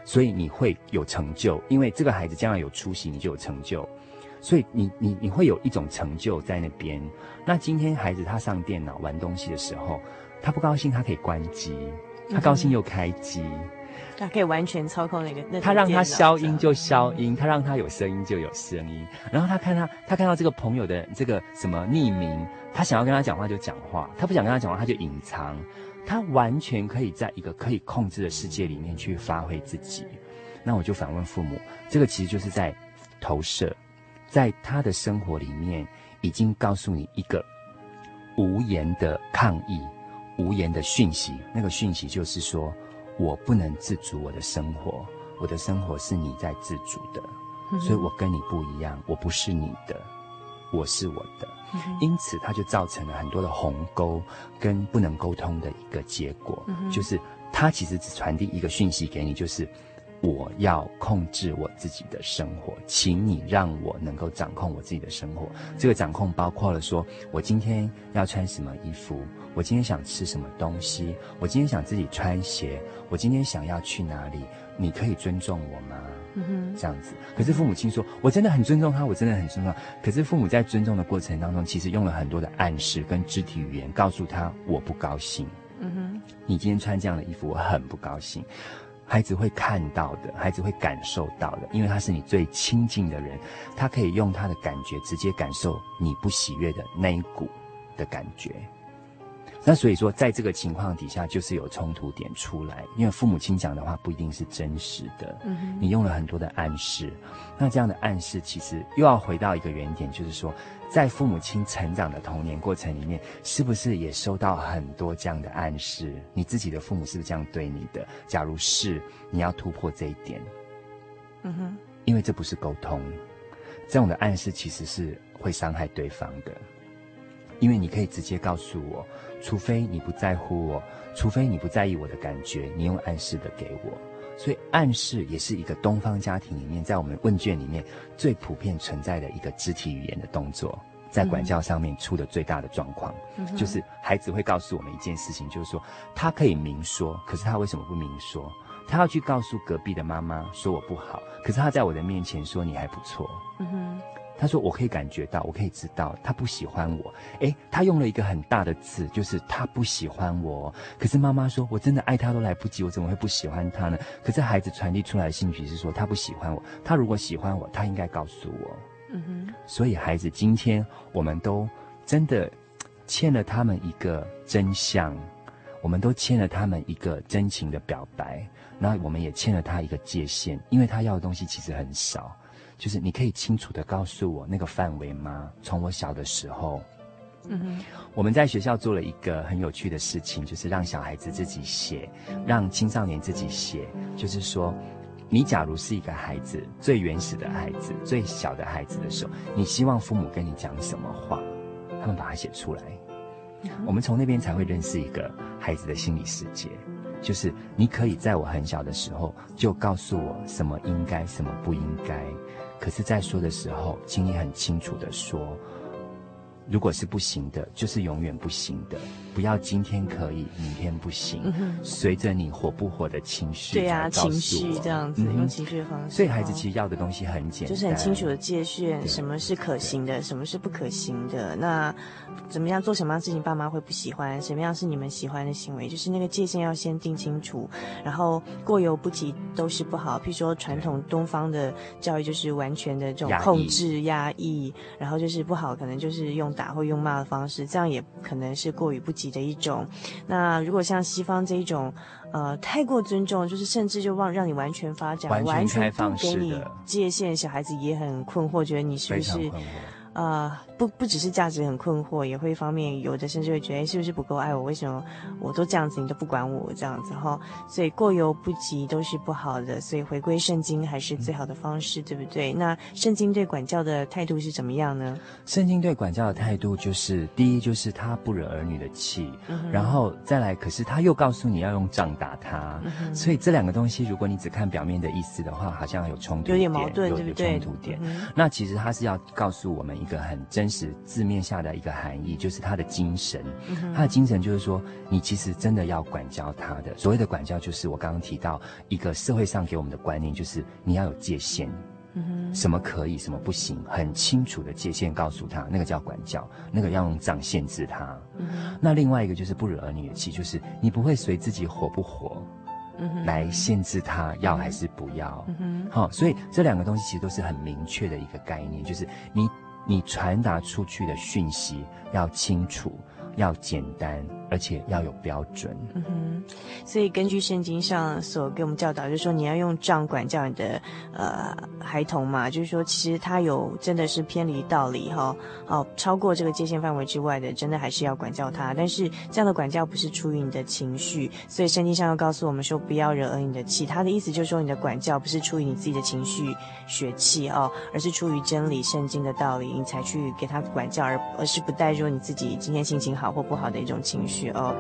所以你会有成就，因为这个孩子将来有出息，你就有成就，所以你你你会有一种成就在那边。那今天孩子他上电脑玩东西的时候，他不高兴他可以关机，他高兴又开机。嗯， 他可以完全操控那个，那他让他消音就消音，他让他有声音就有声音。然后他看他，他看到这个朋友的这个什么匿名，他想要跟他讲话就讲话，他不想跟他讲话他就隐藏。他完全可以在一个可以控制的世界里面去发挥自己。那我就反问父母，这个其实就是在投射，在他的生活里面已经告诉你一个无言的抗议，无言的讯息。那个讯息就是说，我不能自主我的生活，我的生活是你在自主的，嗯，所以我跟你不一样，我不是你的，我是我的，嗯，因此它就造成了很多的鸿沟跟不能沟通的一个结果，嗯，就是它其实只传递一个讯息给你，就是我要控制我自己的生活，请你让我能够掌控我自己的生活。这个掌控包括了说，我今天要穿什么衣服，我今天想吃什么东西，我今天想自己穿鞋，我今天想要去哪里，你可以尊重我吗？嗯哼，这样子。可是父母亲说，我真的很尊重他，我真的很尊重他。可是父母在尊重的过程当中，其实用了很多的暗示跟肢体语言，告诉他我不高兴。嗯哼，你今天穿这样的衣服，我很不高兴。孩子会看到的，孩子会感受到的，因为他是你最亲近的人，他可以用他的感觉直接感受你不喜悦的那一股的感觉。那所以说在这个情况底下就是有冲突点出来，因为父母亲讲的话不一定是真实的，嗯，你用了很多的暗示。那这样的暗示其实又要回到一个原点，就是说在父母亲成长的童年过程里面，是不是也收到很多这样的暗示？你自己的父母是不是这样对你的？假如是，你要突破这一点。嗯哼，因为这不是沟通，这种的暗示其实是会伤害对方的。因为你可以直接告诉我，除非你不在乎我，除非你不在意我的感觉，你用暗示的给我。所以暗示也是一个东方家庭里面，在我们问卷里面最普遍存在的一个肢体语言的动作，在管教上面出的最大的状况，嗯，就是孩子会告诉我们一件事情，就是说他可以明说，可是他为什么不明说？他要去告诉隔壁的妈妈说我不好，可是他在我的面前说你还不错。嗯哼，他说我可以感觉到，我可以知道他不喜欢我。诶，他用了一个很大的字，就是他不喜欢我。可是妈妈说我真的爱他都来不及，我怎么会不喜欢他呢？可是孩子传递出来的信息是说他不喜欢我，他如果喜欢我，他应该告诉我。嗯哼，所以孩子今天我们都真的欠了他们一个真相，我们都欠了他们一个真情的表白，然后我们也欠了他一个界限，因为他要的东西其实很少。就是你可以清楚地告诉我那个范围吗？从我小的时候，嗯哼，我们在学校做了一个很有趣的事情，就是让小孩子自己写，让青少年自己写。就是说，你假如是一个孩子，最原始的孩子，最小的孩子的时候，你希望父母跟你讲什么话？他们把它写出来，我们从那边才会认识一个孩子的心理世界。就是你可以在我很小的时候就告诉我什么应该，什么不应该。可是在说的时候，请你很清楚地说，如果是不行的，就是永远不行的，不要今天可以，明天不行。嗯，随着你火不火的情绪， 对啊，情绪这样子，嗯，用情绪的方式。 所以孩子其实要的东西很简单， 就是很清楚的界限，什么是可行的，什么是不可行的。那怎么样做什么样的事情，爸妈会不喜欢？什么样是你们喜欢的行为？就是那个界限要先定清楚，然后过犹不及都是不好。譬如说传统东方的教育就是完全的这种控制、压抑，然后就是不好，可能就是用打或用骂的方式，这样也可能是过于不及的一种。那如果像西方这一种，呃，太过尊重，就是甚至就让让你完全发展， 完全开放式的，给你界限，小孩子也很困惑，觉得你是不是呃，不不只是价值很困惑，也会一方面有的甚至会觉得，哎，是不是不够爱我？为什么我都这样子，你都不管我这样子哈？所以过犹不及都是不好的，所以回归圣经还是最好的方式，嗯，对不对？那圣经对管教的态度是怎么样呢？ 圣经对管教的态度就是，第一就是他不惹儿女的气，嗯，然后再来，可是他又告诉你要用杖打他，嗯，所以这两个东西，如果你只看表面的意思的话，好像有冲突点， 有点矛盾，对不对？ 有冲突点，嗯。那其实他是要告诉我们一个很真实字面下的一个含义，就是他的精神。嗯、他的精神就是说，你其实真的要管教他的。所谓的管教，就是我刚刚提到一个社会上给我们的观念，就是你要有界限。嗯、什么可以，什么不行，很清楚的界限告诉他，那个叫管教，那个要用杖限制他。嗯、那另外一个就是不惹儿女的气，就是你不会随自己活不活。嗯、来限制他要还是不要。嗯、好，所以这两个东西其实都是很明确的一个概念，就是你你传达出去的讯息要清楚，要简单，而且要有标准。 嗯哼，所以根据圣经上所给我们教导，就是说你要用杖管教你的呃孩童嘛，就是说其实他有真的是偏离道理哈，好超过这个界限范围之外的，真的还是要管教他。但是这样的管教不是出于你的情绪，所以圣经上要告诉我们说不要惹儿女的气。他的意思就是说你的管教不是出于你自己的情绪血气哦，而是出于真理圣经的道理，你才去给他管教，而而是不带入你自己今天心情好或不好的一种情绪哦。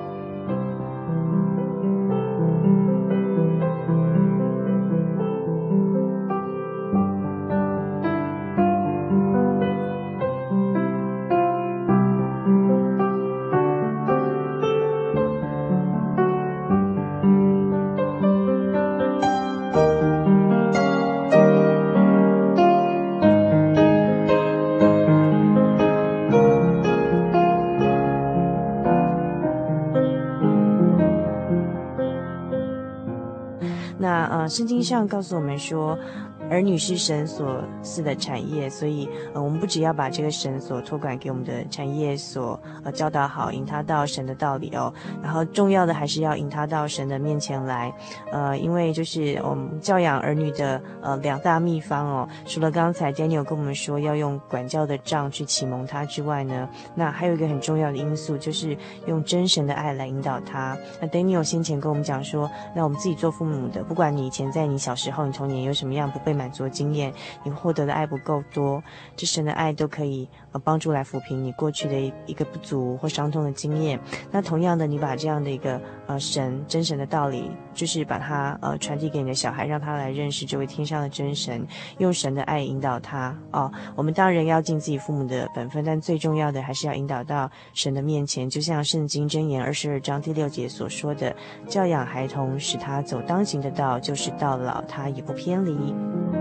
圣经上告诉我们说，儿女是神所赐的产业，所以呃，我们不只要把这个神所托管给我们的产业所呃教导好，引他到神的道理哦。然后重要的还是要引他到神的面前来，呃，因为就是我们教养儿女的呃两大秘方哦，除了刚才 Daniel 跟我们说要用管教的杖去启蒙他之外呢，那还有一个很重要的因素就是用真神的爱来引导他。那 Daniel 先前跟我们讲说，那我们自己做父母的，不管你以前在你小时候、你童年有什么样不被满足的经验，你获得的爱不够多，这神的爱都可以呃帮助来抚平你过去的一个不足或伤痛的经验。那同样的，你把这样的一个呃神真神的道理，就是把它呃传递给你的小孩，让他来认识这位天上的真神，用神的爱引导他哦。我们当然要尽自己父母的本分，但最重要的还是要引导到神的面前，就像圣经箴言二十二章第六节所说的，教养孩童，使他走当行的道，就是到老他也不偏离。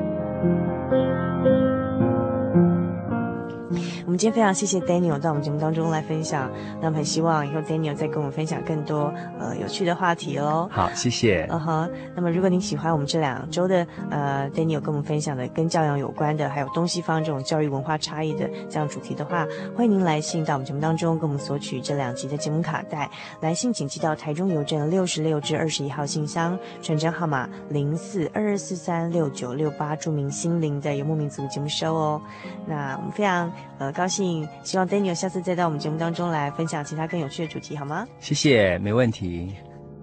我们今天非常谢谢 Daniel 到我们节目当中来分享，那么很希望以后 Daniel 再跟我们分享更多呃有趣的话题咯。 好，谢谢。 嗯哼，那么如果您喜欢我们这两周的呃 Daniel 跟我们分享的跟教养有关的，还有东西方这种教育文化差异的这样主题的话，欢迎您来信到我们节目当中跟我们索取这两集的节目卡带。来信请寄到台中邮政六十六至二十一号信箱，传真号码零四二二四三六九六八，注明心灵的游牧民族节目收哦。那我们非常呃高兴，希望 Daniel 下次再到我们节目当中来分享其他更有趣的主题，好吗？ 谢谢，没问题。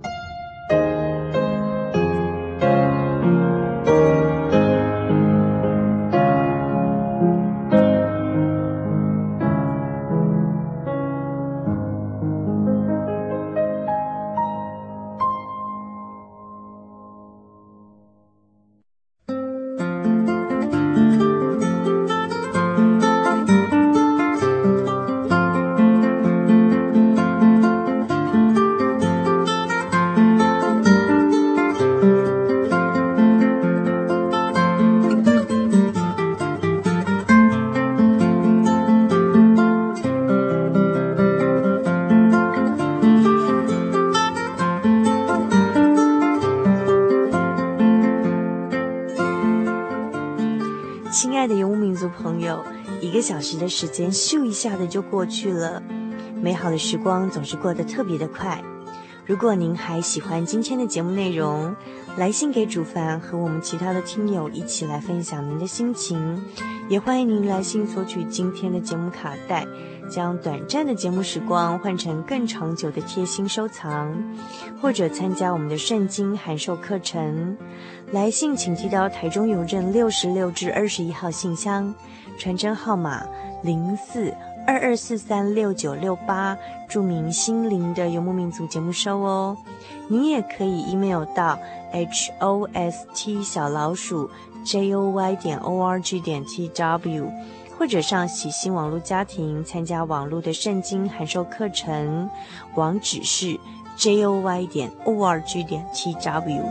一个小时的时间咻一下的就过去了，美好的时光总是过得特别的快。如果您还喜欢今天的节目内容，来信给主凡和我们其他的听友一起来分享您的心情，也欢迎您来信索取今天的节目卡带，将短暂的节目时光换成更长久的贴心收藏，或者参加我们的圣经函授课程。来信请寄到台中邮政六十六至二十一号信箱，传真号码零四二二四三六九六八，注明心灵的游牧民族节目收哦。您也可以 email 到 host 小老鼠 joy 点 org 点 tw， 或者上喜新网络家庭参加网络的圣经函授课程，网址是 j o y 点 o r g 点 t w。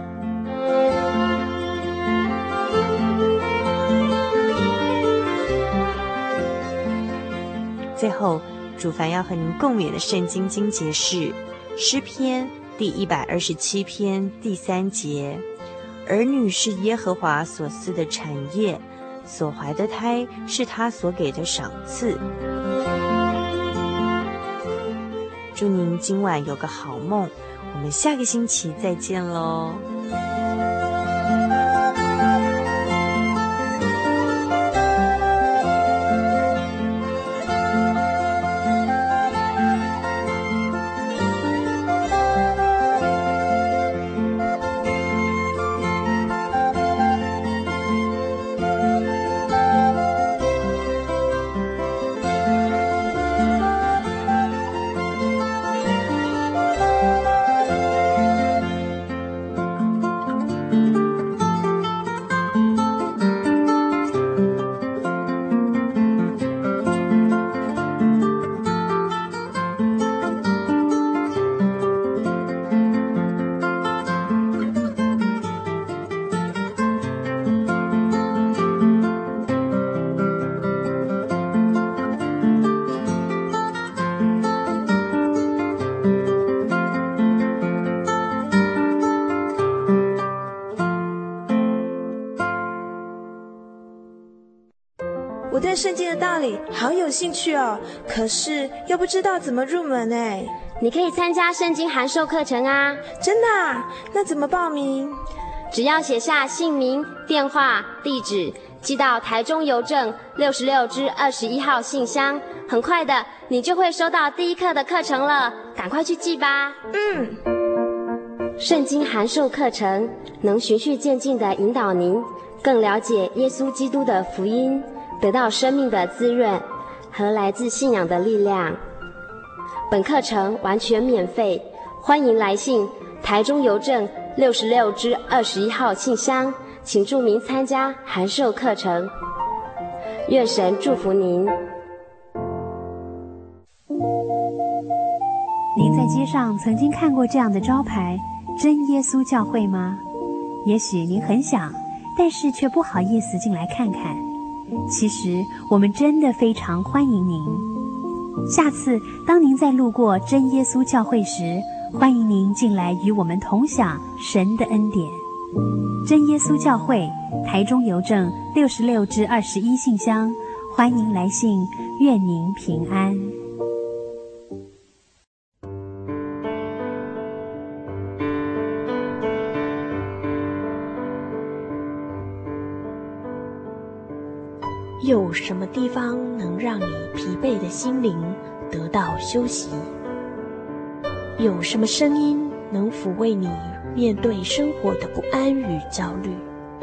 最后，主凡要和您共勉的圣经经节是诗篇第一百二十七篇第三节：儿女是耶和华所赐的产业，所怀的胎是他所给的赏赐。祝您今晚有个好梦，我们下个星期再见喽。 我对圣经的道理好有兴趣哦，可是又不知道怎么入门哎。 你可以参加圣经函授课程啊。 真的啊？那怎么报名？ 只要写下姓名、电话、地址，寄到台中邮政六十六支二十一号信箱，很快的你就会收到第一课的课程了，赶快去寄吧。 嗯。 圣经函授课程能循序渐进地引导您更了解耶稣基督的福音，得到生命的滋润和来自信仰的力量。本课程完全免费，欢迎来信台中邮政六十六支二十一号信箱，请注明参加函授课程。愿神祝福您。 您在街上曾经看过这样的招牌真耶稣教会吗？也许您很想，但是却不好意思进来看看。其实我们真的非常欢迎您。下次当您在路过真耶稣教会时，欢迎您进来与我们同享神的恩典。真耶稣教会台中邮政六十六支二十一信箱，欢迎来信，愿您平安。 有什么地方能让你疲惫的心灵得到休息？有什么声音能抚慰你面对生活的不安与焦虑？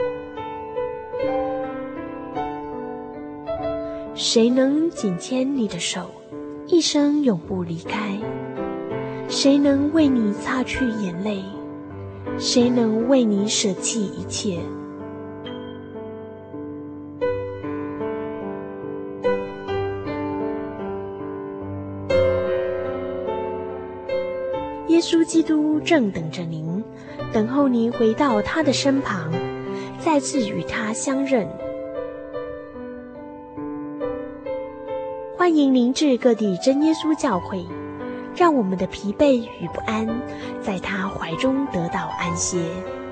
谁能紧牵你的手，一生永不离开？谁能为你擦去眼泪？谁能为你舍弃一切？耶稣基督正等着您，等候您回到他的身旁，再次与他相认。欢迎您至各地真耶稣教会，让我们的疲惫与不安在他怀中得到安歇。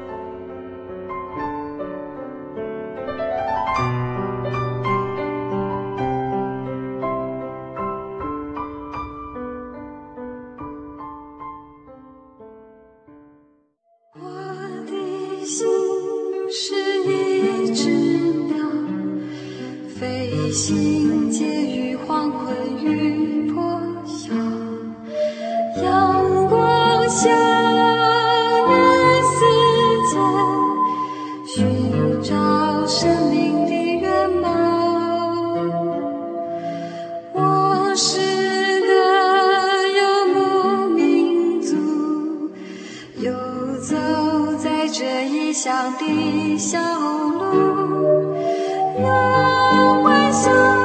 心结于黄昏与破晓，阳光下人世间，寻找生命的原貌。我是个游牧民族，游走在这异乡的小路。So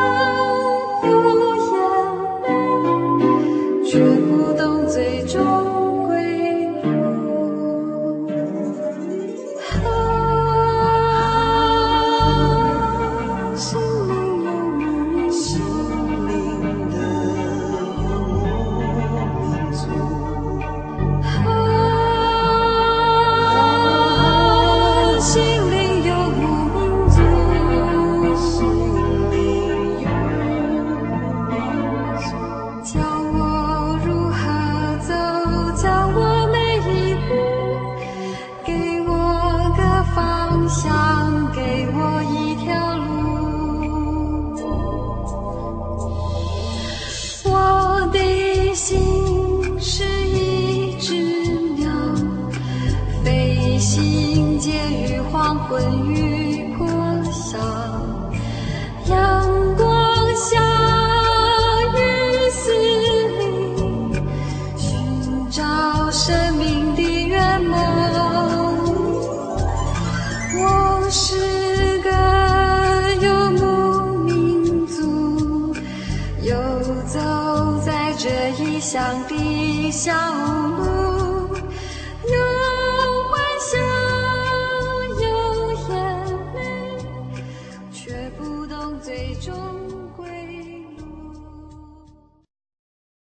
想的小路，有欢笑，有眼泪，却不懂最终